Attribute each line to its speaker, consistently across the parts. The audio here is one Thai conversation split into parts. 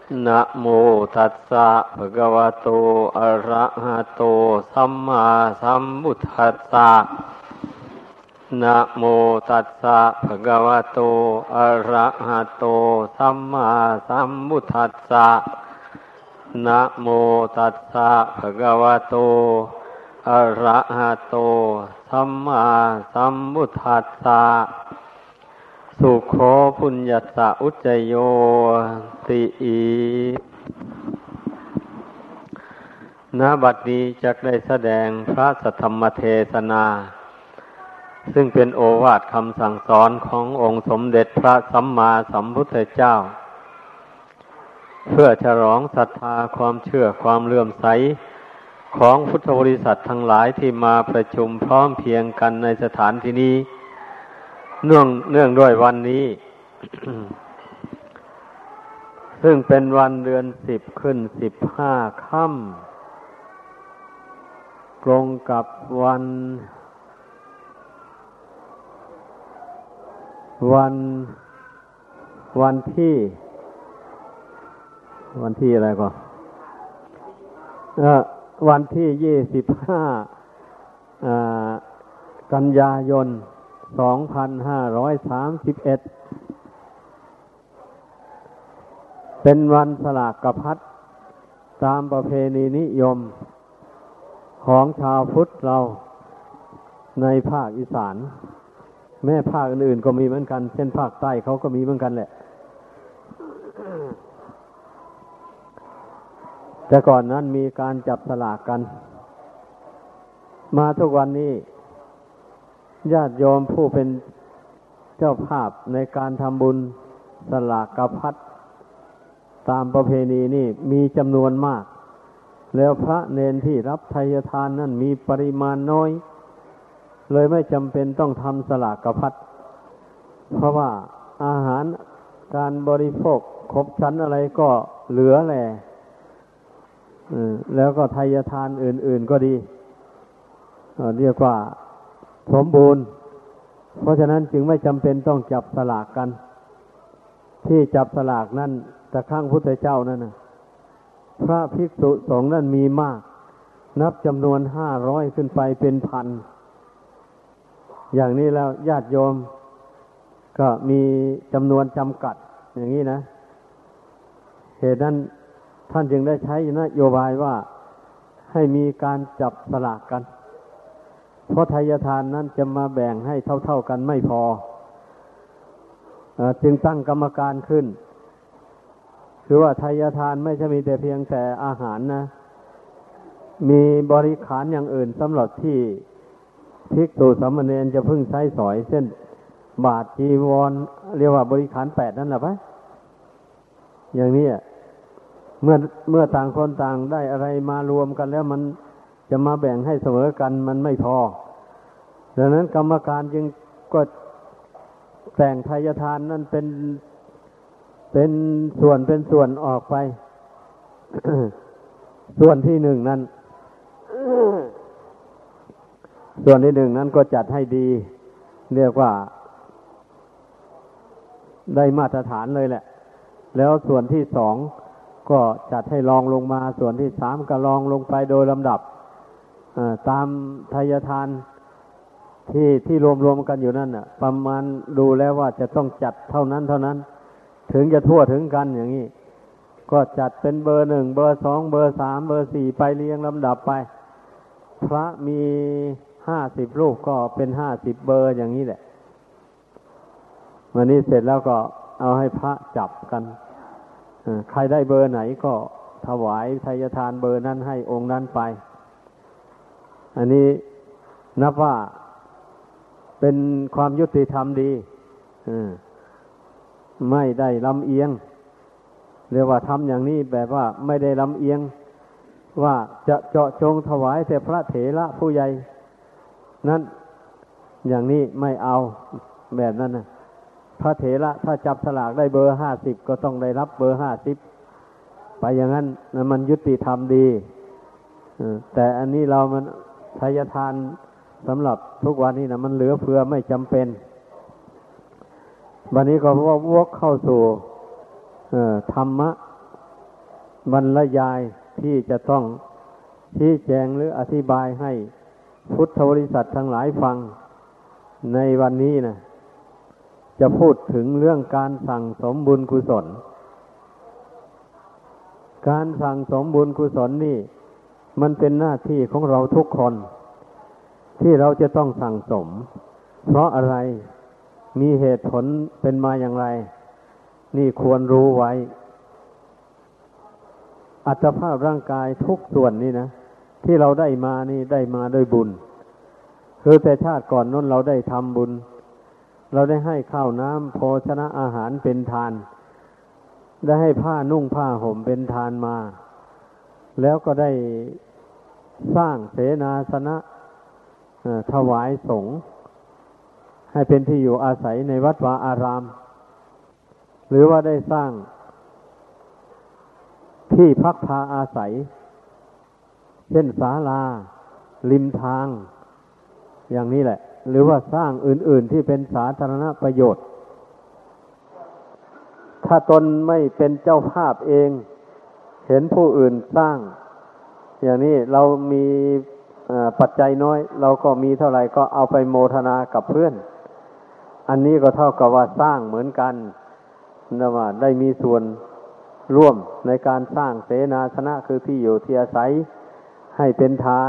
Speaker 1: นะโมตัสสะภะคะวะโตอะระหะโตสัมมาสัมพุทธัสสะนะโมตัสสะภะคะวะโตอะระหะโตสัมมาสัมพุทธัสสะนะโมตัสสะภะคะวะโตอะระหะโตสัมมาสัมพุทธัสสะสุโขปุญญัสสะอุจจโยติอีณบัดนี้จักได้แสดงพระสัทธรรมเทศนาซึ่งเป็นโอวาทคำสั่งสอนขององค์สมเด็จพระสัมมาสัมพุทธเจ้าเพื่อฉลองศรัทธาความเชื่อความเลื่อมใสของพุทธบริษัททั้งหลายที่มาประชุมพร้อมเพรียงกันในสถานที่นี้เนื่องด้วยวันนี้ ซึ่งเป็นวันเดือน10ขึ้น15ค่ำตรงกับวันที่อะไรก่อนวันที่25กันยายน2531เป็นวันสลากพัดตามประเพณีนิยมของชาวพุทธเราในภาคอีสานแม้ภาคอื่นๆก็มีเหมือนกันเช่นภาคใต้เขาก็มีเหมือนกันแหละแต่ก่อนนั้นมีการจับสลากกันมาทุกวันนี้ญาติโยมผู้เป็นเจ้าภาพในการทำบุญสลากพัดตามประเพณีนี่มีจำนวนมากแล้วพระเนนที่รับทายทานนั่นมีปริมาณน้อยเลยไม่จำเป็นต้องทำสลากพัดเพราะว่าอาหารการบริโภคครบชั้นอะไรก็เหลือแหละแล้วก็ทายทานอื่นๆก็ดีเรียกว่าสมบูรณ์เพราะฉะนั้นจึงไม่จำเป็นต้องจับสลากกันที่จับสลากนั่นแต่ครั้งพุทธเจ้านั่นนะพระภิกษุสงฆ์นั่นมีมากนับจำนวน500ขึ้นไปเป็นพันอย่างนี้แล้วญาติโยมก็มีจำนวนจำกัดอย่างนี้นะเหตุนั้นท่านจึงได้ใช้นโยบายว่าให้มีการจับสลากกันเพราะทายทานนั้นจะมาแบ่งให้เท่าๆกันไม่พอจึงตั้งกรรมการขึ้นคือว่าทายทานไม่ใช่มีแต่เพียงแต่อาหารนะมีบริขารอย่างอื่นสำหรับที่ภิกษุสามเณรจะพึ่งใช้สอยเช่นบาตรจีวรเรียกว่าบริขาร8นั่นแหละปะอย่างนี้เมื่อต่างคนต่างได้อะไรมารวมกันแล้วมันจะมาแบ่งให้เสมอกันมันไม่พอดังนั้นกรรมการจึงก็แต่งทายทานนั่นเป็นส่วนออกไป ส่วนที่หนึ่งนั้น ส่วนที่หนึ่งนั้นก็จัดให้ดีเรียกว่าได้มาตรฐานเลยแหละแล้วส่วนที่สองก็จัดให้รองลงมาส่วนที่สามก็รองลงไปโดยลำดับตามทายทานที่รวมกันอยู่นั่นน่ะประมาณดูแล้วว่าจะต้องจัดเท่านั้นถึงจะทั่วถึงกันอย่างนี้ก็จัดเป็นเบอร์ 1เบอร์ 2เบอร์ 3เบอร์ 4ไปเรียงลำดับไปพระมี50รูปก็เป็น50เบอร์อย่างนี้แหละวันนี้เสร็จแล้วก็เอาให้พระจับกันใครได้เบอร์ไหนก็ถวายทายทานเบอร์นั้นให้องค์นั้นไปอันนี้นับว่าเป็นความยุติธรรมดีไม่ได้ลำเอียงเรียกว่าทำอย่างนี้แบบว่าไม่ได้ลำเอียงว่าจะเจาะจงถวายแต่พระเถระผู้ใหญ่นั้นอย่างนี้ไม่เอาแบบนั้นนะพระเถระถ้าจับสลากได้เบอร์50ก็ต้องได้รับเบอร์50ไปอย่างนั้นมันยุติธรรมดีแต่อันนี้เรามันทายทานสำหรับทุกวันนี้นะมันเหลือเฟือไม่จำเป็น วันนี้ก็วกเข้าสู่ธรรมะบรรยายที่จะต้องชี้แจงหรืออธิบายให้พุทธบริษัททั้งหลายฟังในวันนี้นะจะพูดถึงเรื่องการสั่งสมบุญกุศลการสั่งสมบุญกุศลนี่มันเป็นหน้าที่ของเราทุกคนที่เราจะต้องสั่งสมเพราะอะไรมีเหตุผลเป็นมาอย่างไรนี่ควรรู้ไว้อัตภาพร่างกายทุกส่วนนี่นะที่เราได้มานี่ได้มาด้วยบุญคือแต่ชาติก่อนนู้นเราได้ทำบุญเราได้ให้ข้าวน้ำโภชนะอาหารเป็นทานได้ให้ผ้านุ่งผ้าห่มเป็นทานมาแล้วก็ได้สร้างเสนาสนะถวายสงฆ์ให้เป็นที่อยู่อาศัยในวัดวาอารามหรือว่าได้สร้างที่พักพาอาศัยเช่นศาลาริมทางอย่างนี้แหละหรือว่าสร้างอื่นๆที่เป็นสาธารณประโยชน์ถ้าตนไม่เป็นเจ้าภาพเองเห็นผู้อื่นสร้างอย่างนี้เรามีปัจจัยน้อยเราก็มีเท่าไหร่ก็เอาไปโมทนากับเพื่อนอันนี้ก็เท่ากับว่าสร้างเหมือนกันนะว่าได้มีส่วนร่วมในการสร้างเสนาสนะคือที่อยู่ที่อาศัยให้เป็นทาน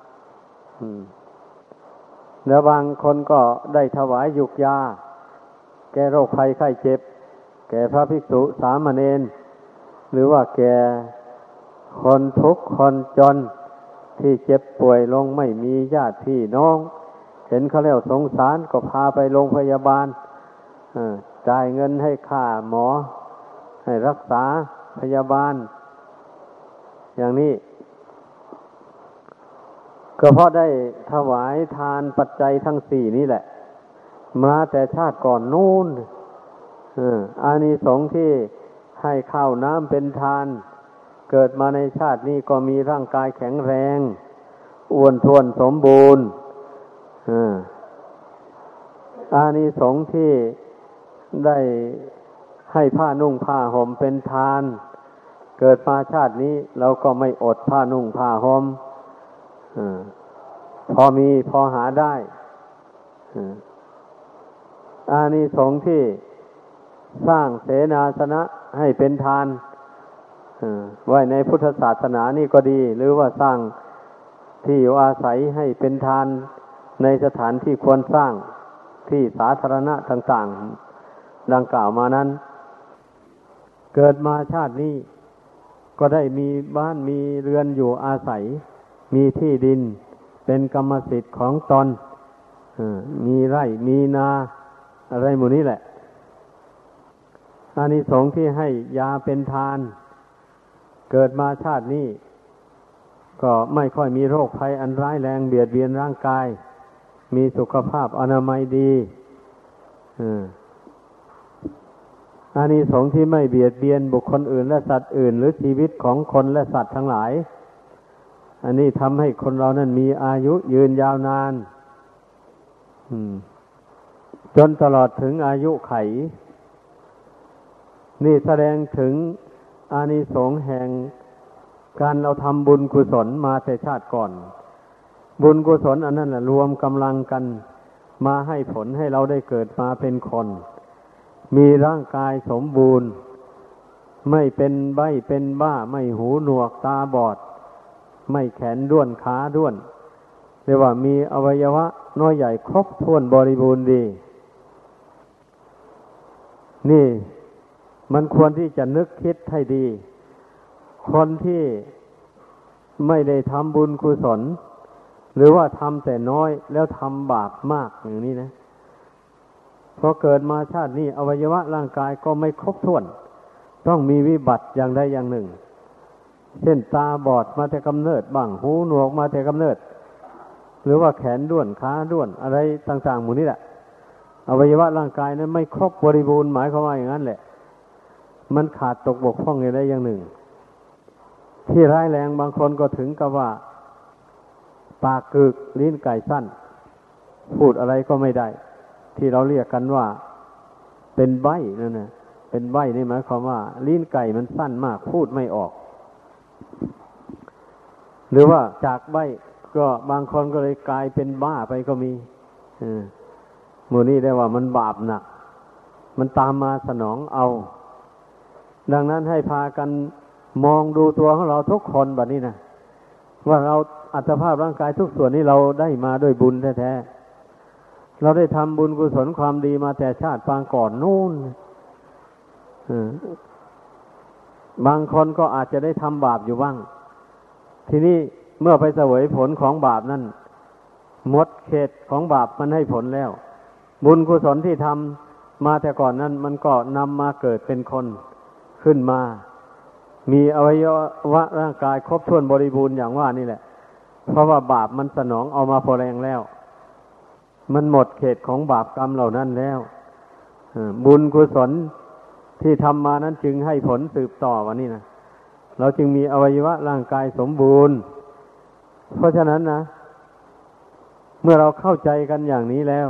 Speaker 1: แล้วบางคนก็ได้ถวายยุกยาแก้โรคภัยไข้เจ็บแก่พระภิกษุสามเณรหรือว่าแก่คนทุกข์คนจนที่เจ็บป่วยลงไม่มีญาติพี่น้องเห็นเขาแล้วสงสารก็พาไปโรงพยาบาลจ่ายเงินให้ค่าหมอให้รักษาพยาบาลอย่างนี้ก็เพราะได้ถวายทานปัจจัยทั้งสี่นี่แหละมาแต่ชาติก่อนนู้นอานิสงส์ที่ให้ข้าวน้ำเป็นทานเกิดมาในชาตินี้ก็มีร่างกายแข็งแรงอ้วนท้วนสมบูรณ์อานิสงส์ที่ได้ให้ผ้านุ่งผ้าห่มเป็นทานเกิดมาชาตินี้เราก็ไม่อดผ้านุ่งผ้าห่มพอมีพอหาได้อานิสงส์ที่สร้างเสนาสนะให้เป็นทานไว้ในพุทธศาสนานี่ก็ดีหรือว่าสร้างที่อยู่อาศัยให้เป็นทานในสถานที่ควรสร้างที่สาธารณะต่างๆดังกล่าวมานั้นเกิดมาชาตินี้ก็ได้มีบ้านมีเรือนอยู่อาศัยมีที่ดินเป็นกรรมสิทธิ์ของตนมีไร่มีนาอะไรหมดนี้แหละอานิสงส์ที่ให้ยาเป็นทานเกิดมาชาตินี้ก็ไม่ค่อยมีโรคภัยอันร้ายแรงเบียดเบียนร่างกายมีสุขภาพอนามัยดีอานิสงส์ที่ไม่เบียดเบียนบุคคลอื่นและสัตว์อื่นหรือชีวิตของคนและสัตว์ทั้งหลายอันนี้ทำให้คนเรานั้นมีอายุยืนยาวนานจนตลอดถึงอายุไขนี่แสดงถึงอานิสงส์แห่งการเราทำบุญกุศลมาแต่ชาติก่อนบุญกุศลอันนั้นแหละรวมกำลังกันมาให้ผลให้เราได้เกิดมาเป็นคนมีร่างกายสมบูรณ์ไม่เป็นใบ้เป็นบ้าไม่หูหนวกตาบอดไม่แขนด้วนขาด้วนเรียกว่ามีอวัยวะน้อยใหญ่ครบถ้วนบริบูรณ์ดีนี่มันควรที่จะนึกคิดให้ดีคนที่ไม่ได้ทำบุญกุศลหรือว่าทำแต่น้อยแล้วทำบาปมากอย่างนี้นะพอเกิดมาชาตินี้อวัยวะร่างกายก็ไม่ครบถ้วนต้องมีวิบัติอย่างใดอย่างหนึ่งเช่นตาบอดมาแต่กำเนิดบ้างหูหนวกมาแต่กำเนิดหรือว่าแขนด้วนขาด้วนอะไรต่างๆหมู่นี้แหละอวัยวะร่างกายนั้นไม่ครบบริบูรณ์หมายความว่าอย่างนั้นแหละมันขาดตกบกพร่องอย่างใดอย่างหนึ่งที่ร้ายแรงบางคนก็ถึงกับว่าปากกึกลิ้นไก่สั้นพูดอะไรก็ไม่ได้ที่เราเรียกกันว่าเป็นใบ้นั่นนะเป็นใบ้นี่หมายความว่าลิ้นไก่มันสั้นมากพูดไม่ออกหรือว่าจากใบ้ก็บางคนก็เลยกลายเป็นบ้าไปก็มีหมู่นี้ได้ว่ามันบาปหนักมันตามมาสนองเอาดังนั้นให้พากันมองดูตัวของเราทุกคนบัดนี้นะว่าเราอัตภาพร่างกายทุกส่วนนี้เราได้มาด้วยบุญแท้ๆเราได้ทำบุญกุศลความดีมาแต่ชาติปางก่อนนู่นบางคนก็อาจจะได้ทำบาปอยู่บ้างทีนี้เมื่อไปเสวยผลของบาปนั้นหมดเขตของบาปมันให้ผลแล้วบุญกุศลที่ทำมาแต่ก่อนนั้นมันก็นำมาเกิดเป็นคนขึ้นมามีอวัยวะร่างกายครบถ้วนบริบูรณ์อย่างว่านี่แหละเพราะว่าบาปมันสนองเอามาพอแรงแล้วมันหมดเขตของบาปกรรมเหล่านั้นแล้วบุญกุศลที่ทำมานั้นจึงให้ผลสืบต่อวันนี้นะเราจึงมีอวัยวะร่างกายสมบูรณ์เพราะฉะนั้นนะเมื่อเราเข้าใจกันอย่างนี้แล้ว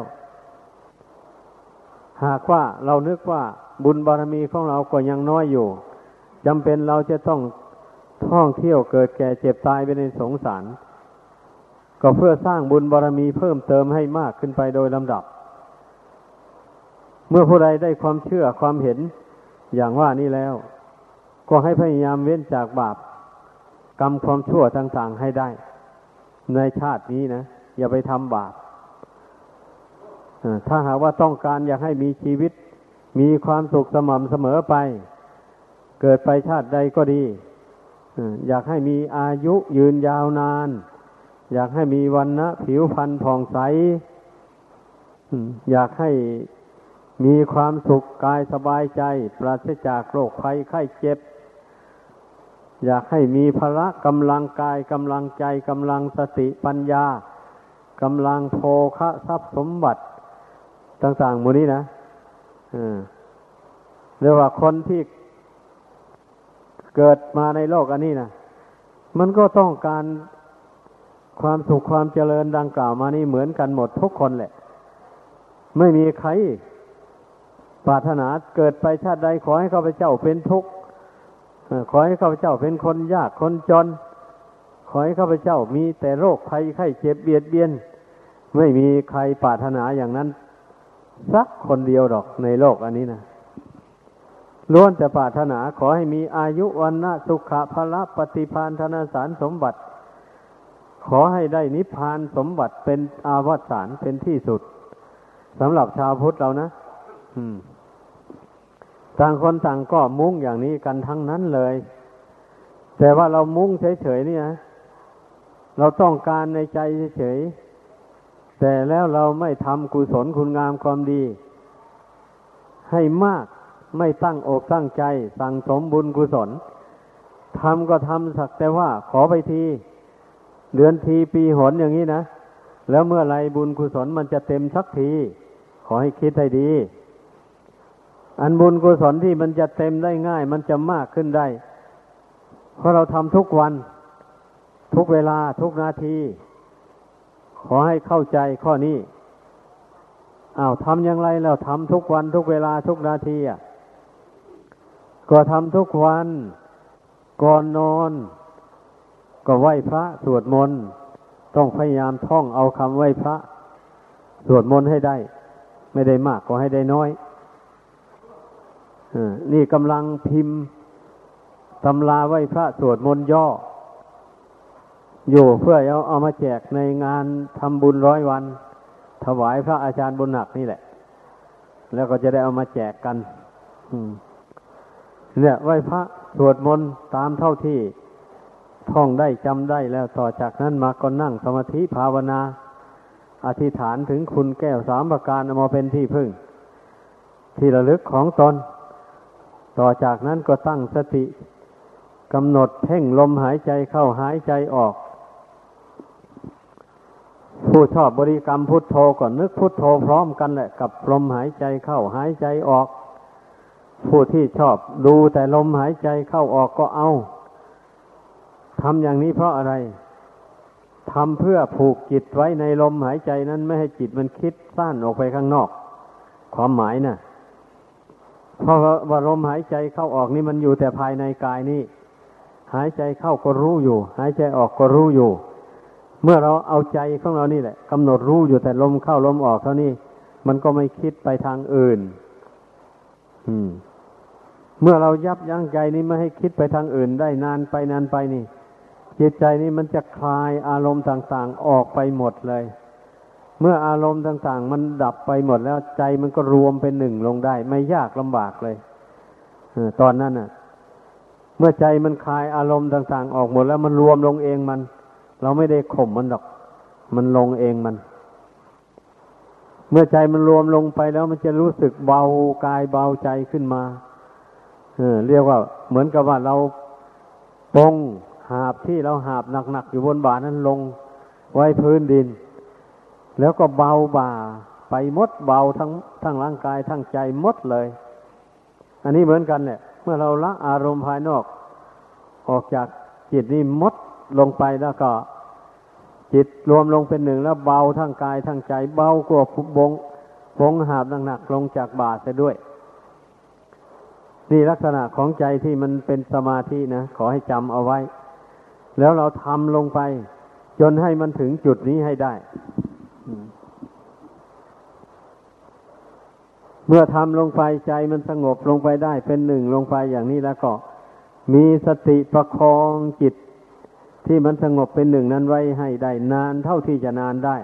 Speaker 1: หากว่าเรานึกว่าบุญบารมีของเราก็ยังน้อยอยู่จำเป็นเราจะต้องท่องเที่ยวเกิดแก่เจ็บตายไปในสงสารก็เพื่อสร้างบุญบารมีเพิ่มเติมให้มากขึ้นไปโดยลำดับเมื่อผู้ใดได้ความเชื่อความเห็นอย่างว่านี้แล้วก็ให้พยายามเว้นจากบาปกรรมความชั่วต่างๆให้ได้ในชาตินี้นะอย่าไปทำบาปถ้าหากว่าต้องการอยากให้มีชีวิตมีความสุขสม่ำเสมอไปเกิดไปชาติใดก็ดีอยากให้มีอายุยืนยาวนานอยากให้มีวรรณะผิวพรรณผ่องใสอยากให้มีความสุขกายสบายใจปราศจากโรคภัยไข้เจ็บอยากให้มีพละกำลังกายกำลังใจกำลังสติปัญญากำลังโภคะทรัพย์สมบัติต่างๆหมดนี้นะเรียกว่าคนที่เกิดมาในโลกอันนี้นะมันก็ต้องการความสุขความเจริญดังกล่าวมานี่เหมือนกันหมดทุกคนแหละไม่มีใครปรารถนาเกิดไปชาติใดขอให้ข้าพเจ้าเป็นทุกข์ขอให้ข้าพเจ้าเป็นคนยากคนจนขอให้ข้าพเจ้ามีแต่โรคภัยไข้เจ็บเบียดเบียนไม่มีใครปรารถนาอย่างนั้นสักคนเดียวดอกในโลกอันนี้นะล้วนแต่ปรารถนาขอให้มีอายุวันนะสุขะพละปฏิภาณธนสารสมบัติขอให้ได้นิพพานสมบัติเป็นอาวสานเป็นที่สุดสำหรับชาวพุทธเรานะต่างคนต่างก็มุ่งอย่างนี้กันทั้งนั้นเลยแต่ว่าเรามุ่งเฉยๆนี่นะเราต้องการในใจเฉยๆแต่แล้วเราไม่ทำกุศลคุณงามความดีให้มากไม่ตั้งอกตั้งใจสั่งสมบุญกุศลทำก็ทำสักแต่ว่าขอไปทีเดือนทีปีหนอย่างนี้นะแล้วเมื่อไรบุญกุศลมันจะเต็มสักทีขอให้คิดให้ดีอันบุญกุศลที่มันจะเต็มได้ง่ายมันจะมากขึ้นได้เพราะเราทำทุกวันทุกเวลาทุกนาทีขอให้เข้าใจข้อนี้ทำอย่างไรแล้วทำทุกวันทุกเวลาทุกนาทีก็ทำทุกวันก่อนนอนก็ไหว้พระสวดมนต์ต้องพยายามท่องเอาคำไหว้พระสวดมนต์ให้ได้ไม่ได้มากก็ให้ได้น้อยนี่กำลังพิมพ์ตำราไหว้พระสวดมนต์ย่ออยู่เพื่อเอามาแจกในงานทำบุญ100 วันถวายพระอาจารย์บุญหนักนี่แหละแล้วก็จะได้เอามาแจกกันเนี่ยไหว้พระสวดมนต์ตามเท่าที่ท่องได้จำได้แล้วต่อจากนั้นมาก็นั่งสมาธิภาวนาอธิษฐานถึงคุณแก้ว3 ประการเอามาเป็นที่พึ่งที่ระลึกของตนต่อจากนั้นก็ตั้งสติกำหนดเพ่งลมหายใจเข้าหายใจออกผู้ชอบบริกรรมพุทโธก็นึกพุทโธพร้อมกันแหละกับลมหายใจเข้าหายใจออกผู้ที่ชอบดูแต่ลมหายใจเข้าออกก็เอาทำอย่างนี้เพราะอะไรทำเพื่อผูกจิตไว้ในลมหายใจนั้นไม่ให้จิตมันคิดสั้นออกไปข้างนอกความหมายน่ะเพราะว่าลมหายใจเข้าออกนี่มันอยู่แต่ภายในกายนี่หายใจเข้าก็รู้อยู่หายใจออกก็รู้อยู่เมื่อเราเอาใจของเรานี่แหละกำหนดรู้อยู่แต่ลมเข้าลมออกเท่านี้มันก็ไม่คิดไปทางอื่นเมื่อเรายับยั้งใจนี้ไม่ให้คิดไปทางอื่นได้นานไปนี่จิตใจนี้มันจะคลายอารมณ์ต่างๆออกไปหมดเลยเมื่ออารมณ์ต่างๆมันดับไปหมดแล้วใจมันก็รวมเป็นหนึ่งลงได้ไม่ยากลำบากเลยตอนนั้นน่ะเมื่อใจมันคลายอารมณ์ต่างๆออกหมดแล้วมันรวมลงเองมันเราไม่ได้ข่มมันหรอกมันลงเองมันเมื่อใจมันรวมลงไปแล้วมันจะรู้สึกเบากายเบาใจขึ้นมาเรียกว่าเหมือนกับว่าเราปงหาบที่เราหาบหนักๆอยู่บนบ่านั้นลงไว้พื้นดินแล้วก็เบาบ่าไปหมดเบาทั้งร่างกายทั้งใจหมดเลยอันนี้เหมือนกันแหละเมื่อเราละอารมณ์ภายนอกออกจากจิตนี่หมดลงไปแล้วก็จิตรวมลงเป็นหนึ่งแล้วเบาทั้งกายทั้งใจเบากว่าปงหาบหนักๆลงจากบ่าเสียด้วยนี่ลักษณะของใจที่มันเป็นสมาธินะขอให้จำเอาไว้แล้วเราทำลงไปจนให้มันถึงจุดนี้ให้ได้เมื่อทำลงไปใจมันสงบลงไปได้เป็นหนึ่งลงไปอย่างนี้แล้วก็มีสติประคองจิตที่มันสงบเป็นหนึ่งนั้นไว้ให้ได้นานเท่าที่จะนานได้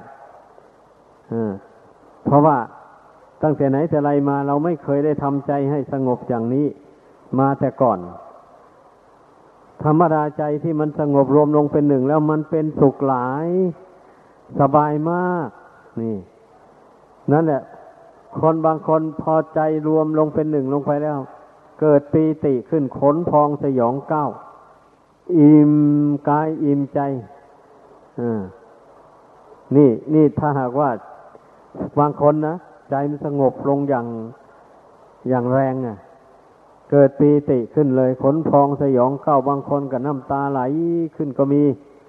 Speaker 1: เพราะว่าตั้งแต่ไหนแต่ไรมาเราไม่เคยได้ทำใจให้สงบอย่างนี้มาแต่ก่อนธรรมดาใจที่มันสงบรวมลงเป็นหนึ่งแล้วมันเป็นสุขหลายสบายมากนี่นั่นแหละคนบางคนพอใจรวมลงเป็นหนึ่งลงไปแล้วเกิดปีติขึ้นขนพองสยองก้าวอิ่มกายอิ่มใจนี่ถ้าหากว่าบางคนนะใจมันสงบลงอย่างแรงเกิดปีติขึ้นเลยขนพองสยองก้าวบางคนก็น้ำตาไหลขึ้นก็มี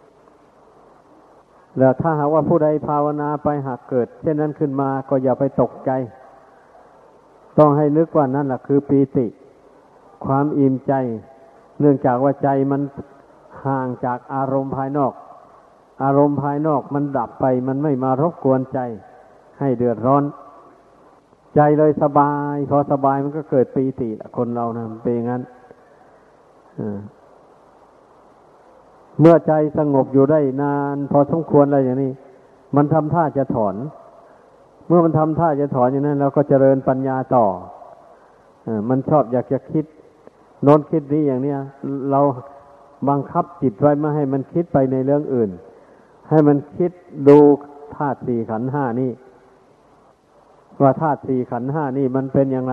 Speaker 1: แล้วถ้าหากว่าผู้ใดภาวนาไปหากเกิดเช่นนั้นขึ้นมาก็อย่าไปตกใจต้องให้นึกว่านั่นแหละคือปีติความอิ่มใจเนื่องจากว่าใจมันห่างจากอารมณ์ภายนอกอารมณ์ภายนอกมันดับไปมันไม่มารบกวนใจให้เดือดร้อนใจเลยสบายพอสบายมันก็เกิดปีติคนเรานะเป็นอย่างนั้นเมื่อใจสงบอยู่ได้นานพอสมควรอะไรอย่างนี้มันทำท่าจะถอนเมื่อมันทำท่าจะถอนอย่างนั้นเราก็เจริญปัญญาต่อมันชอบอยากจะคิดโน้นคิดนี้อย่างเนี้ยเราบังคับจิตไว้ไม่ให้มันคิดไปในเรื่องอื่นให้มันคิดดูธาตุสี่ขันธ์ห้านี่ว่าธาตุสี่ขันธ์ห้านี่มันเป็นอย่างไร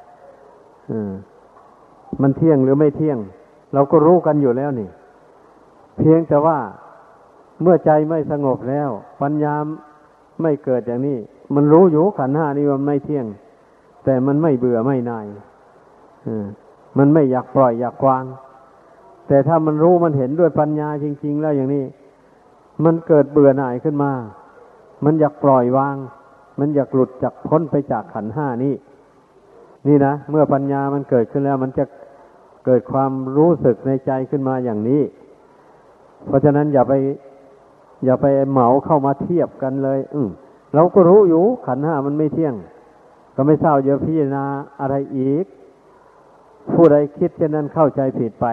Speaker 1: มันเที่ยงหรือไม่เที่ยงเราก็รู้กันอยู่แล้วนี่เพียงแต่ว่าเมื่อใจไม่สงบแล้วปัญญาไม่เกิดอย่างนี้มันรู้อยู่ขันธ์ห้านี่มันไม่เที่ยงแต่มันไม่เบื่อไม่นายมันไม่อยากปล่อยอยากวางแต่ถ้ามันรู้มันเห็นด้วยปัญญาจริงๆแล้วอย่างนี้มันเกิดเบื่อหน่ายขึ้นมามันอยากปล่อยวางมันอยากหลุดจากพ้นไปจากขันธ์ห้านี้นี่นะเมื่อปัญญามันเกิดขึ้นแล้วมันจะเกิดความรู้สึกในใจขึ้นมาอย่างนี้เพราะฉะนั้นอย่าไปเหมาเข้ามาเทียบกันเลยเราก็รู้อยู่ขันธ์ห้ามันไม่เที่ยงก็ไม่เศร้าอย่าพิจารณาอะไรอีกผู้ใดคิดเช่นนั้นเข้าใจผิดไป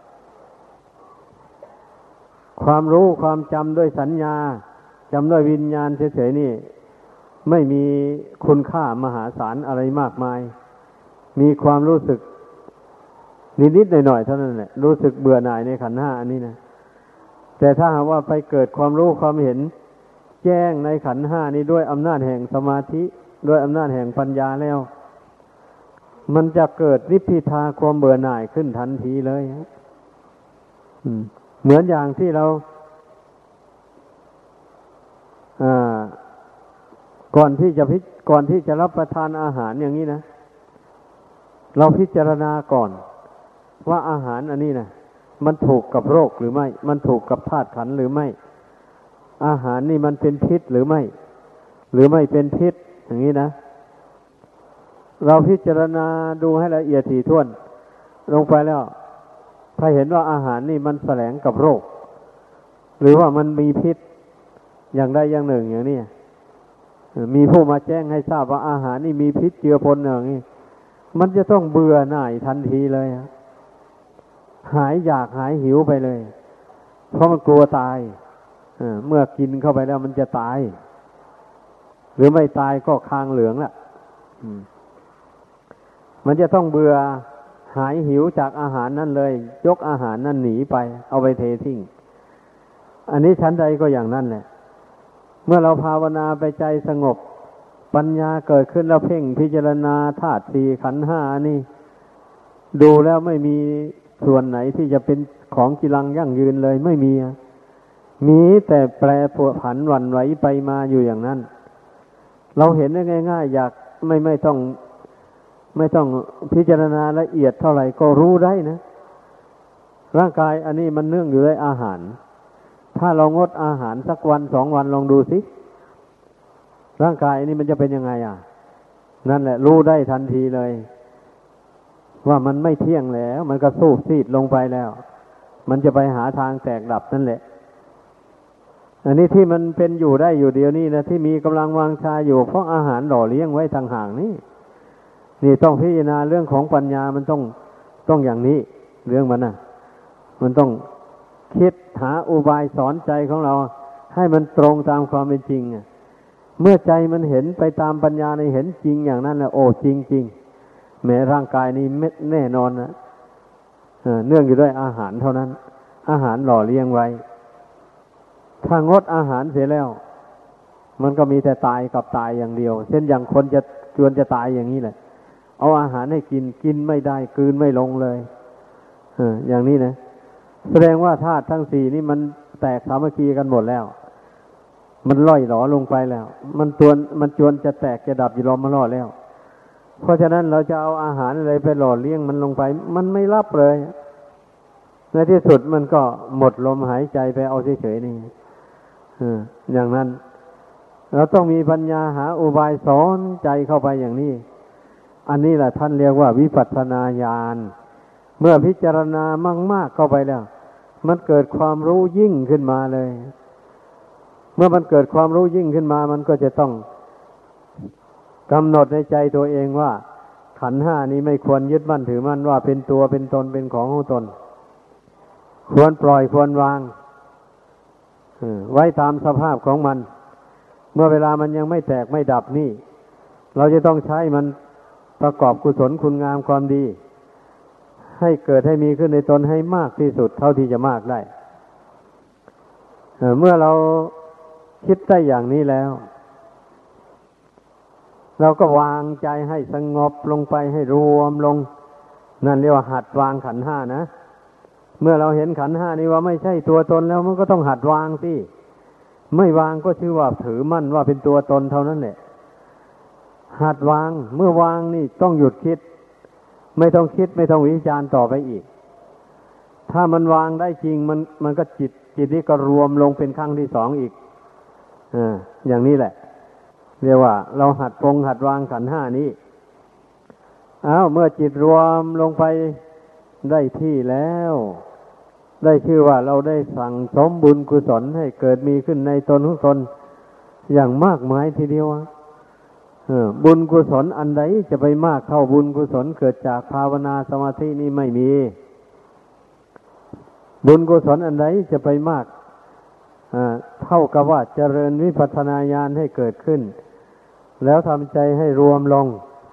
Speaker 1: ความรู้ความจำด้วยสัญญาจำด้วยวิญญาณเฉยๆนี่ไม่มีคุณค่ามหาศาลอะไรมากมายมีความรู้สึกนิดๆหน่อยๆเท่านั้นแหละรู้สึกเบื่อหน่ายในขันธ์ห้าอันนี้นะแต่ถ้าหากว่าไปเกิดความรู้ความเห็นแจ้งในขันธ์ห้านี้ด้วยอำนาจแห่งสมาธิด้วยอำนาจแห่งปัญญาแล้วมันจะเกิดนิพพิทาความเบื่อหน่ายขึ้นทันทีเลยเหมือนอย่างที่เราก่อนที่จะรับประทานอาหารอย่างนี้นะเราพิจารณาก่อนว่าอาหารอันนี้นะมันถูกกับโรคหรือไม่มันถูกกับธาตุขันธ์หรือไม่อาหารนี่มันเป็นพิษหรือไม่เป็นพิษอย่างนี้นะเราพิจารณาดูให้ละเอียดถี่ถ้วนลงไปแล้วถ้าเห็นว่าอาหารนี่มันแสลงกับโรคหรือว่ามันมีพิษอย่างใดอย่างหนึ่งอย่างนี้มีผู้มาแจ้งให้ทราบว่าอาหารนี่มีพิษเจือปนอย่างนี้มันจะต้องเบื่อหน่ายทันทีเลยหายอยากหายหิวไปเลยเพราะมันกลัวตายเมื่อกินเข้าไปแล้วมันจะตายหรือไม่ตายก็คางเหลืองละมันจะต้องเบื่อหายหิวจากอาหารนั่นเลยยกอาหารนั่นหนีไปเอาไปเททิ้งอันนี้ชั้นใดก็อย่างนั้นแหละเมื่อเราภาวนาไปใจสงบปัญญาเกิดขึ้นแล้วเพ่งพิจารณาธาตุสี่ขันธ์ห้านี่ดูแล้วไม่มีส่วนไหนที่จะเป็นของกีรังยั่งยืนเลยไม่มีแต่แปรผันหวั่นไหวไปมาอยู่อย่างนั้นเราเห็นได้ง่ายๆอยากไม่ต้องพิจารณาละเอียดเท่าไหร่ก็รู้ได้นะร่างกายอันนี้มันเนื่องอยู่ด้วยอาหารถ้าเรางดอาหารสักวันสองวันลองดูสิร่างกายอันนี้มันจะเป็นยังไงนั่นแหละรู้ได้ทันทีเลยว่ามันไม่เที่ยงแล้วมันก็สูบซีดลงไปแล้วมันจะไปหาทางแตกดับนั่นแหละอันนี้ที่มันเป็นอยู่ได้อยู่เดียวนี้นะที่มีกำลังวังชาอยู่เพราะอาหารหล่อเลี้ยงไว้ทางห่างนี่ต้องพิจารณาเรื่องของปัญญามันต้องอย่างนี้เรื่องมันมันต้องคิดหาอุบายสอนใจของเราให้มันตรงตามความเป็นจริงเมื่อใจมันเห็นไปตามปัญญาในเห็นจริงอย่างนั้นโอ้จริงแม้ร่างกายนี้แน่นอนนะเนื่องอยู่ด้วยอาหารเท่านั้นอาหารหล่อเลี้ยงไว้ถ้างดอาหารเสียแล้วมันก็มีแต่ตายกับตายอย่างเดียวเช่นอย่างคนจะตายอย่างนี้แหละเอาอาหารให้กินไม่ได้กลืนไม่ลงเลยอย่างนี้นะแสดงว่าธาตุทั้งสี่นี่มันแตกสามัคคีกันหมดแล้วมันล่อยหลอลงไปแล้วมันจวนจะแตกจะดับอยู่ล้อมมาล่อแล้วเพราะฉะนั้นเราจะเอาอาหารอะไรไปหล่อเลี้ยงมันลงไปมันไม่รับเลยในที่สุดมันก็หมดลมหายใจไปเอาเฉยๆนี่อย่างนั้นเราต้องมีปัญญาหาอุบายสอนใจเข้าไปอย่างนี้อันนี้แหละท่านเรียกว่าวิปัสสนาญาณเมื่อพิจารณามากๆเข้าไปแล้วมันเกิดความรู้ยิ่งขึ้นมาเลยเมื่อมันเกิดความรู้ยิ่งขึ้นมามันก็จะต้องกำหนดในใจตัวเองว่าขันธ์ห้านี้ไม่ควรยึดมั่นถือมั่นว่าเป็นตัวเป็นตนเป็นของของตนควรปล่อยควรวางไว้ตามสภาพของมันเมื่อเวลามันยังไม่แตกไม่ดับนี่เราจะต้องใช้มันประกอบกุศลคุณงามความดีให้เกิดให้มีขึ้นในตนให้มากที่สุดเท่าที่จะมากได้เมื่อเราคิดได้อย่างนี้แล้วเราก็วางใจให้สงบลงไปให้รวมลงนั่นเรียกว่าหัดวางขันธ์ห้านะเมื่อเราเห็นขันธ์ห้านี้ว่าไม่ใช่ตัวตนแล้วมันก็ต้องหัดวางสิไม่วางก็ชื่อว่าถือมั่นว่าเป็นตัวตนเท่านั้นแหละหัดวางเมื่อวางนี่ต้องหยุดคิดไม่ต้องคิดไม่ต้องวิจารณ์ต่อไปอีกถ้ามันวางได้จริงมันก็จิตนี้ก็รวมลงเป็นครั้งที่สองอีกอย่างนี้แหละเรียกว่าเราหัดวางขันธ์ห้านี้เมื่อจิตรวมลงไปได้ที่แล้วได้ชื่อว่าเราได้สั่งสมบุญกุศลให้เกิดมีขึ้นในตนของตนอย่างมากมายทีเดียวบุญกุศลอันใดจะไปมากเท่าบุญกุศลเกิดจากภาวนาสมาธินี่ไม่มีบุญกุศลอันใดจะไปมากเท่ากับว่าเจริญวิปัสสนาญาณให้เกิดขึ้นแล้วทำใจให้รวมลง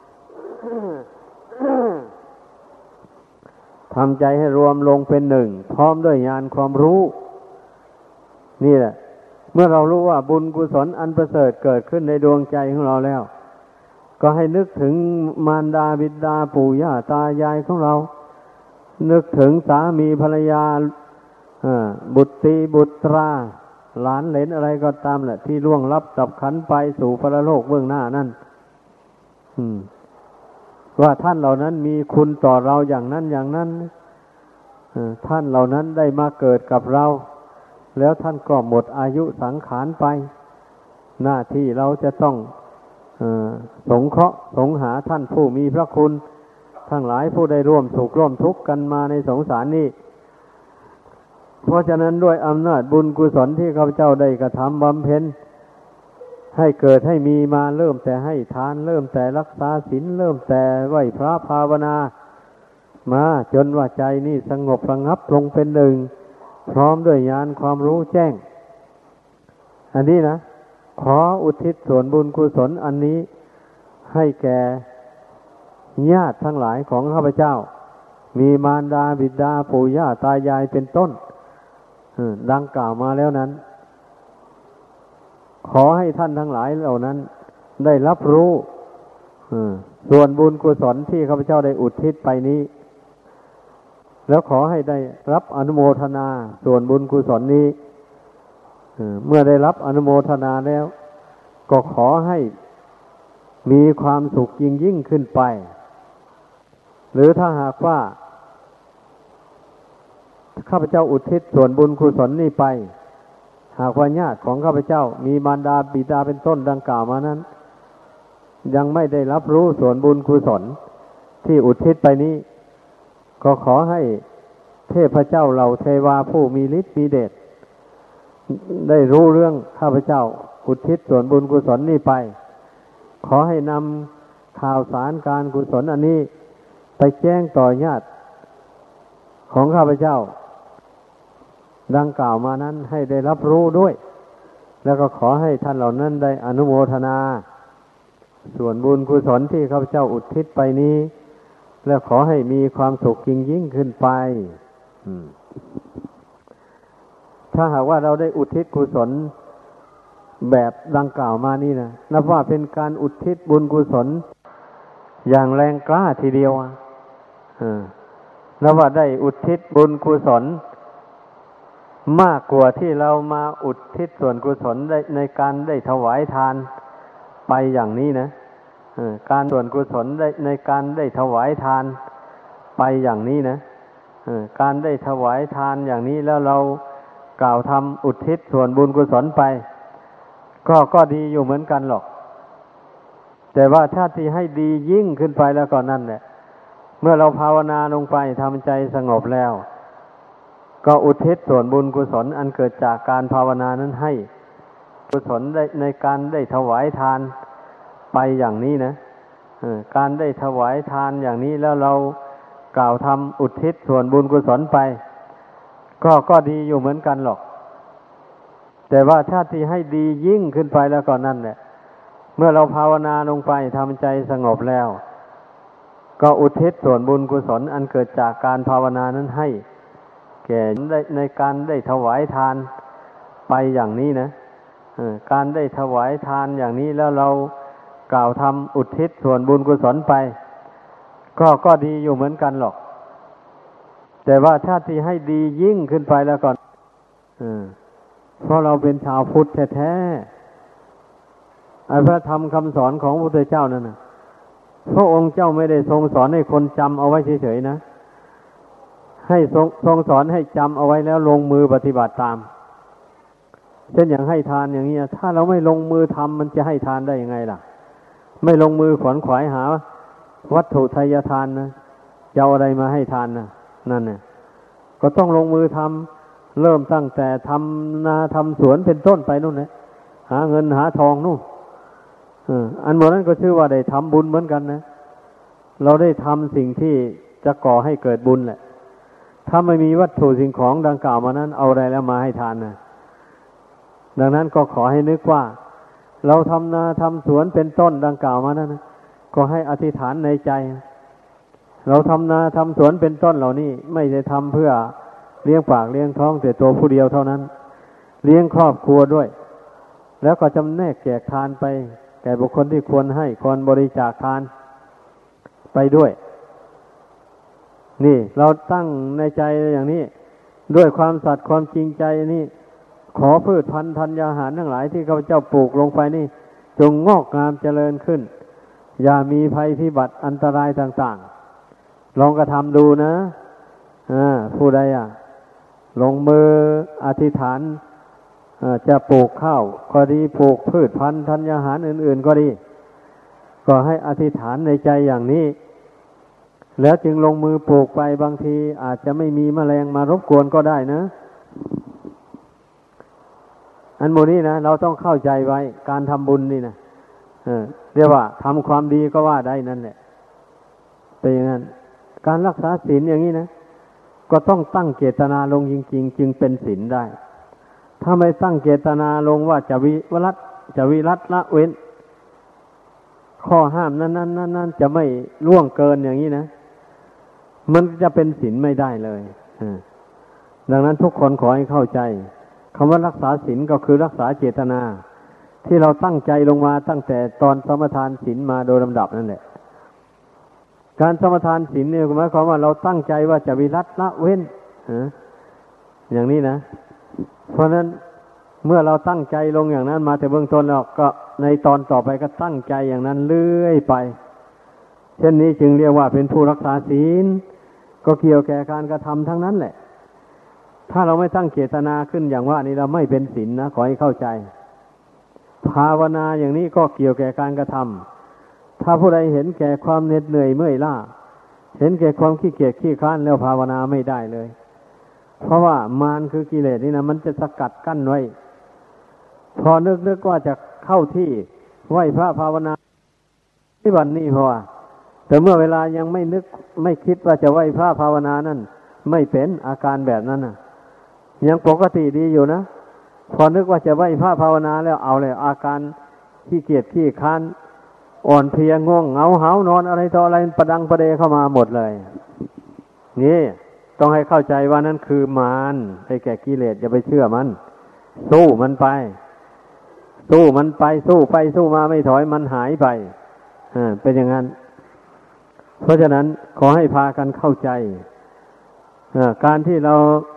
Speaker 1: ทำใจให้รวมลงเป็นหนึ่งพร้อมด้วยญาณความรู้นี่แหละเมื่อเรารู้ว่าบุญกุศลอันประเสริฐเกิดขึ้นในดวงใจของเราแล้วก็ให้นึกถึงมารดาบิดาปู่ย่าตายายของเรานึกถึงสามีภรรยาบุตรีบุตราหลานเหลนอะไรก็ตามแหละที่ล่วงลับดับขันไปสู่ปรโลกเบื้องหน้านั่นว่าท่านเหล่านั้นมีคุณต่อเราอย่างนั้นอย่างนั้นท่านเหล่านั้นได้มาเกิดกับเราแล้วท่านก็หมดอายุสังขารไปหน้าที่เราจะต้องสงเคราะห์สงหาท่านผู้มีพระคุณทั้งหลายผู้ได้ร่วมสุขร่วมทุกข์กันมาในสงสารนี้เพราะฉะนั้นด้วยอำนาจบุญกุศลที่ข้าพเจ้าได้กระทำบำเพ็ญให้เกิดให้มีมาเริ่มแต่ให้ทานเริ่มแต่รักษาศีลเริ่มแต่ไหว้พระภาวนามาจนว่าใจนี่สงบระงับลงเป็นหนึ่งพร้อมด้วยญาณความรู้แจ้งอันนี้นะขออุทิศส่วนบุญกุศลอันนี้ให้แก่ญาติทั้งหลายของข้าพเจ้ามีมารดาบิดาปู่ย่าตายายเป็นต้นดังกล่าวมาแล้วนั้นขอให้ท่านทั้งหลายเหล่านั้นได้รับรู้ส่วนบุญกุศลที่ข้าพเจ้าได้อุทิศไปนี้แล้วขอให้ได้รับอนุโมทนาส่วนบุญกุศลนี้เมื่อได้รับอนุโมทนาแล้วก็ขอให้มีความสุขยิ่งขึ้นไปหรือถ้าหากว่าข้าพเจ้าอุทิศส่วนบุญกุศลนี้ไปหากว่าญาติของข้าพเจ้ามีมารดาบิดาเป็นต้นดังกล่าวมานั้นยังไม่ได้รับรู้ส่วนบุญกุศลที่อุทิศไปนี้ก็ขอให้เทพเจ้าเหล่าเทวาผู้มีฤทธิ์มีเดชได้รู้เรื่องข้าพเจ้าอุทิศส่วนบุญกุศลนี้ไปขอให้นำข่าวสารการกุศลอันนี้ไปแจ้งต่อญาติของข้าพเจ้าดังกล่าวมานั้นให้ได้รับรู้ด้วยแล้วก็ขอให้ท่านเหล่านั้นได้อนุโมทนาส่วนบุญกุศลที่ข้าพเจ้าอุทิศไปนี้แล้วขอให้มีความสุขยิ่งขึ้นไปถ้าหากว่าเราได้อุทิศกุศลแบบดังกล่าวมานี่นะนับว่าเป็นการอุทิศบุญกุศลอย่างแรงกล้าทีเดียวนับว่าได้อุทิศบุญกุศลมากกว่าที่เรามาอุทิศส่วนกุศลในการได้ถวายทานไปอย่างนี้นะการส่วนกุศลในการได้ถวายทานไปอย่างนี้นะการได้ถวายทานอย่างนี้แล้วเรากล่าวทำอุทิศส่วนบุญกุศลไปก็ดีอยู่เหมือนกันหรอกแต่ว่าถ้าที่ให้ดียิ่งขึ้นไปแล้วก็นั่นแหละเมื่อเราภาวนาลงไปทำใจสงบแล้วก็อุทิศส่วนบุญกุศลอันเกิดจากการภาวนานั้นให้กุศลในการได้ถวายทานไปอย่างนี้นะการได้ถวายทานอย่างนี้แล้วเรากล่าวทำอุทิศส่วนบุญกุศลไปก็ดีอยู่เหมือนกันหรอกแต่ว่าถ้าที่ให้ดียิ่งขึ้นไปแล้วก็นั่นแหละเมื่อเราภาวนาลงไปทำใจสงบแล้วก็อุทิศส่วนบุญกุศลอันเกิดจากการภาวนานั้นให้แก่ในการได้ถวายทานไปอย่างนี้นะการได้ถวายทานอย่างนี้แล้วเรากล่าวทำอุทิศส่วนบุญกุศลไปก็ดีอยู่เหมือนกันหรอกแต่ว่าถ้าที่ให้ดียิ่งขึ้นไปแล้วก่อนเพราะเราเป็นชาวพุทธแท้ๆไอ้พระธรรมคำสอนของพระพุทธเจ้านั่นนะพระองค์เจ้าไม่ได้ทรงสอนให้คนจำเอาไว้เฉยๆนะให้ทรงสอนให้จำเอาไว้แล้วลงมือปฏิบัติตามเช่นอย่างให้ทานอย่างนี้ถ้าเราไม่ลงมือทำมันจะให้ทานได้ยังไงล่ะไม่ลงมือขวนขวายหาวัตถุทายทานนะจะเอาอะไรมาให้ทานนะนั่นเนี่ยก็ต้องลงมือทำเริ่มตั้งแต่ทำนาทำสวนเป็นต้นไปนู่นนะหาเงินหาทองนู่นอันหมดนั้นก็ชื่อว่าได้ทำบุญเหมือนกันนะเราได้ทำสิ่งที่จะก่อให้เกิดบุญแหละถ้าไม่มีวัตถุสิ่งของดังกล่าวมานั้นเอาอะไรแล้วมาให้ทานนะดังนั้นก็ขอให้นึกว่าเราทำนาทำสวนเป็นต้นดังกล่าวมานั้นนะก็ให้อธิษฐานในใจเราทำนาทำสวนเป็นต้นเหล่านี้ไม่ได้ทำเพื่อเลี้ยงปากเลี้ยงท้องแต่ตัวผู้เดียวเท่านั้นเลี้ยงครอบครัวด้วยแล้วก็จำแนกแจกทานไปแก่บุคคลที่ควรให้ควรบริจาคทานไปด้วยนี่เราตั้งในใจอย่างนี้ด้วยความสัตย์ความจริงใจนี่ขอพืชพันธุ์ธัญญาหารทั้งหลายที่ข้าพเจ้าปลูกลงไปนี่จงงอกงามเจริญขึ้นอย่ามีภัยพิบัติอันตรายต่างๆลองกระทำดูนะผู้ใดลงมืออธิษฐานจะปลูกข้าวก็ดีปลูกพืชพันธุ์ธัญญาหารอื่นๆก็ดีก็ให้อธิษฐานในใจอย่างนี้แล้วจึงลงมือปลูกไปบางทีอาจจะไม่มีแมลงมารบกวนก็ได้นะอันโมนี้นะเราต้องเข้าใจไว้การทำบุญนี่นะเรียกว่าทำความดีก็ว่าได้นั่นแหละเป็นอย่างนั้นการรักษาศีลอย่างนี้นะก็ต้องตั้งเจตนาลงจริงๆจึงเป็นศีลได้ถ้าไม่ตั้งเจตนาลงว่าจะวิรัตละเว้นข้อห้ามนั้นจะไม่ล่วงเกินอย่างนี้นะมันจะเป็นศีลไม่ได้เลยดังนั้นทุกคนขอให้เข้าใจคำว่ารักษาศีลก็คือรักษาเจตนาที่เราตั้งใจลงมาตั้งแต่ตอนสมทานศีลมาโดยลำดับนั่นแหละการสมทานศีลเนี่ยหมายความว่าเราตั้งใจว่าจะวิรัตละเว้นอย่างนี้นะเพราะนั้นเมื่อเราตั้งใจลงอย่างนั้นมาแต่เบื้องต้นแล้วก็ในตอนต่อไปก็ตั้งใจอย่างนั้นเรื่อยไปเช่นนี้จึงเรียกว่าเป็นผู้รักษาศีลก็เกี่ยวแก่การกระทำทั้งนั้นแหละถ้าเราไม่ตั้งเจตนาขึ้นอย่างว่านี้เราไม่เป็นศีลนะขอให้เข้าใจภาวนาอย่างนี้ก็เกี่ยวแก่การกระทำถ้าผู้ใดเห็นแก่ความเหน็ดเหนื่อยเมื่อยล้าเห็นแก่ความขี้เกียจขี้คร้านแล้วภาวนาไม่ได้เลยเพราะว่ามารคือกิเลสนี่นะมันจะสกัดกั้นไว้พอนึกว่าจะเข้าที่ไหว้พระภาวนาที่วันนี้เพราะว่าแต่เมื่อเวลายังไม่นึกไม่คิดว่าจะไหว้พระภาวนานั่นไม่เป็นอาการแบบนั้นน่ะยังปกติดีอยู่นะพอนึกว่าจะไหว้พระภาวนาแล้วเอาเลยอาการขี้เกียจขี้คร้านอ่อนเพลียง่วงเหงาหาวนอนอะไรต่ออะไรประดังประเดเข้ามาหมดเลยนี่ต้องให้เข้าใจว่านั่นคือมารให้แก่กิเลสอย่าไปเชื่อมันสู้มันไปสู้มาไม่ถอยมันหายไปเป็นอย่างนั้นเพราะฉะนั้นขอให้พากันเข้าใจการที่เรา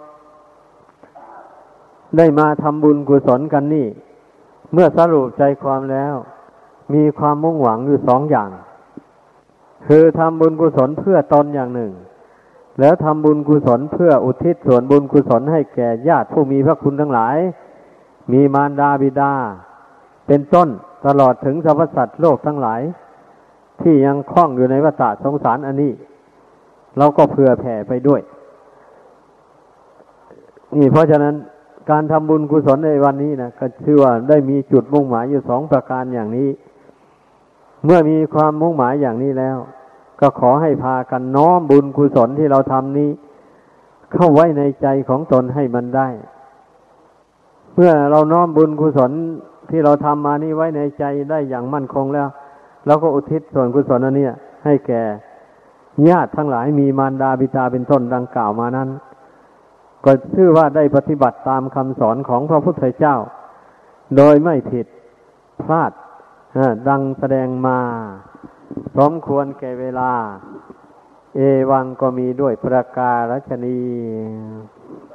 Speaker 1: ได้มาทำบุญกุศลกันนี่เมื่อสรุปใจความแล้วมีความมุ่งหวังอยู่สองอย่างคือทำบุญกุศลเพื่อตนอย่างหนึ่งแล้วทำบุญกุศลเพื่ออุทิศส่วนบุญกุศลให้แก่ญาติผู้มีพระคุณทั้งหลายมีมารดาบิดาเป็นต้นตลอดถึงสรรพสัตว์โลกทั้งหลายที่ยังคล้องอยู่ในวัฏสงสารอันนี้เราก็เผื่อแผ่ไปด้วยนี่เพราะฉะนั้นการทำบุญกุศลในวันนี้นะก็ชื่อว่าได้มีจุดมุ่งหมายอยู่สองประการอย่างนี้เมื่อมีความมุ่งหมายอย่างนี้แล้วก็ขอให้พากันน้อมบุญกุศลที่เราทำนี้เข้าไว้ในใจของตนให้มันได้เมื่อเราน้อมบุญกุศลที่เราทำมานี้ไว้ในใจได้อย่างมั่นคงแล้วเราก็อุทิศส่วนกุศลอันนี้ให้แก่ญาติทั้งหลายมีมารดาบิดาเป็นต้นดังกล่าวมานั้นก็ชื่อว่าได้ปฏิบัติตามคำสอนของพระพุทธเจ้าโดยไม่ผิดพลาดดังแสดงมาสมควรแก่เวลาเอวังก็มีด้วยประการฉะนี้